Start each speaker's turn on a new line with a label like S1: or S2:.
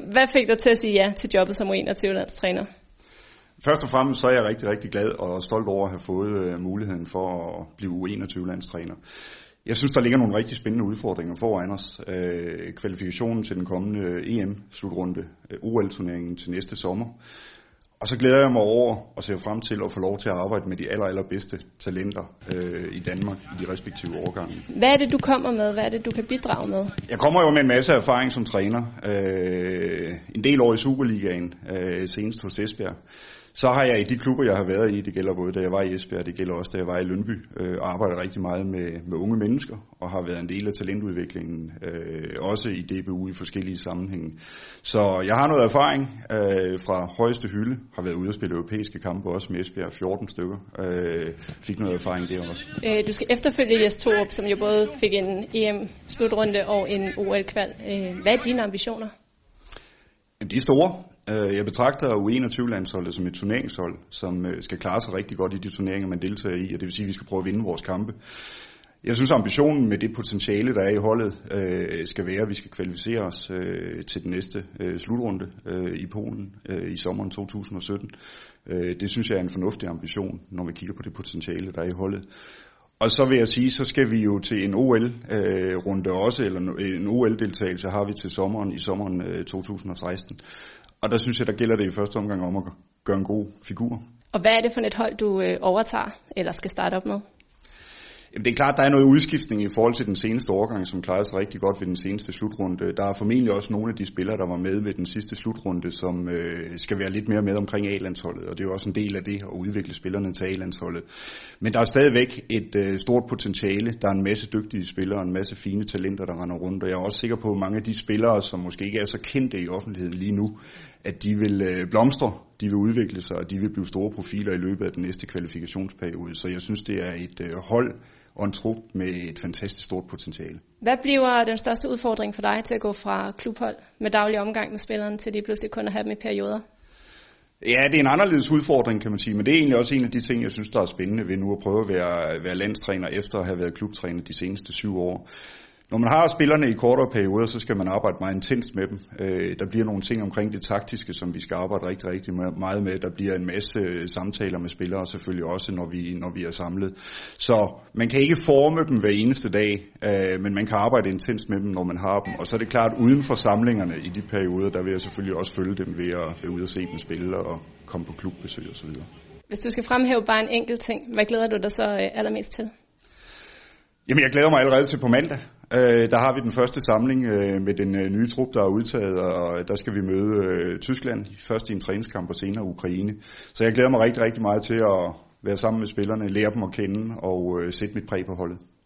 S1: Hvad fik dig til at sige ja til jobbet som U21-landstræner?
S2: Først og fremmest så er jeg rigtig, rigtig glad og stolt over at have fået muligheden for at blive U21-landstræner. Jeg synes, der ligger nogle rigtig spændende udfordringer foran os. Kvalifikationen til den kommende EM-slutrunde, OL-turneringen til næste sommer. Og så glæder jeg mig over og ser frem til at få lov til at arbejde med de allerbedste talenter i Danmark i de respektive årgange.
S1: Hvad er det, du kommer med? Hvad er det, du kan bidrage med?
S2: Jeg kommer jo med en masse erfaring som træner. En del år i Superligaen, senest hos Esbjerg. Så har jeg i de klubber, jeg har været i, det gælder både da jeg var i Esbjerg, det gælder også da jeg var i Lyngby, arbejdet rigtig meget med unge mennesker og har været en del af talentudviklingen, også i DBU i forskellige sammenhænge. Så jeg har noget erfaring fra højeste hylde, har været ude at spille europæiske kampe også med Esbjerg, 14 stykker, fik noget erfaring der også.
S1: Du skal efterfølge Jes Torup, som jo både fik en EM-slutrunde og en OL-kval. Hvad er dine ambitioner?
S2: Jamen, de er store. Jeg betragter U21-landsholdet som et turneringshold, som skal klare sig rigtig godt i de turneringer, man deltager i, og det vil sige, at vi skal prøve at vinde vores kampe. Jeg synes, ambitionen med det potentiale, der er i holdet, skal være, at vi skal kvalificere os til den næste slutrunde i Polen i sommeren 2017. Det synes jeg er en fornuftig ambition, når vi kigger på det potentiale, der er i holdet. Og så vil jeg sige, så skal vi jo til en OL-runde også, eller en OL-deltagelse har vi til sommeren, i sommeren 2016. Og der synes jeg, der gælder det i første omgang om at gøre en god figur. Og
S1: hvad er det for et hold, du overtager, eller skal starte op med?
S2: Jamen, det er klart, der er noget udskiftning i forhold til den seneste årgang, som klarede sig rigtig godt ved den seneste slutrunde. Der er formentlig også nogle af de spillere, der var med ved den sidste slutrunde, som skal være lidt mere med omkring A-landsholdet. Og det er jo også en del af det at udvikle spillerne til A-landsholdet. Men der er stadigvæk et stort potentiale. Der er en masse dygtige spillere, en masse fine talenter, der render rundt. Og jeg er også sikker på, at mange af de spillere, som måske ikke er så kendte i offentligheden lige nu, at de vil blomstre, de vil udvikle sig, og de vil blive store profiler i løbet af den næste kvalifikationsperiode. Så jeg synes, det er et hold og en trup med et fantastisk stort potentiale.
S1: Hvad bliver den største udfordring for dig til at gå fra klubhold med daglig omgang med spillerne, til de pludselig kun at have dem i perioder?
S2: Ja, det er en anderledes udfordring, kan man sige, men det er egentlig også en af de ting, jeg synes, der er spændende ved nu at prøve at være landstræner efter at have været klubtræner de seneste 7 år. Når man har spillerne i kortere perioder, så skal man arbejde meget intenst med dem. Der bliver nogle ting omkring det taktiske, som vi skal arbejde rigtig, rigtig meget med. Der bliver en masse samtaler med spillere, selvfølgelig også, når vi er samlet. Så man kan ikke forme dem hver eneste dag, men man kan arbejde intenst med dem, når man har dem. Og så er det klart, uden for samlingerne i de perioder, der vil jeg selvfølgelig også følge dem ved at være ude og se dem spille og komme på klubbesøg osv.
S1: Hvis du skal fremhæve bare en enkelt ting, hvad glæder du dig så allermest til?
S2: Jamen, jeg glæder mig allerede til på mandag. Der har vi den første samling med den nye trup, der er udtaget, og der skal vi møde Tyskland, først i en træningskamp og senere Ukraine. Så jeg glæder mig rigtig, rigtig meget til at være sammen med spillerne, lære dem at kende og sætte mit præg på holdet.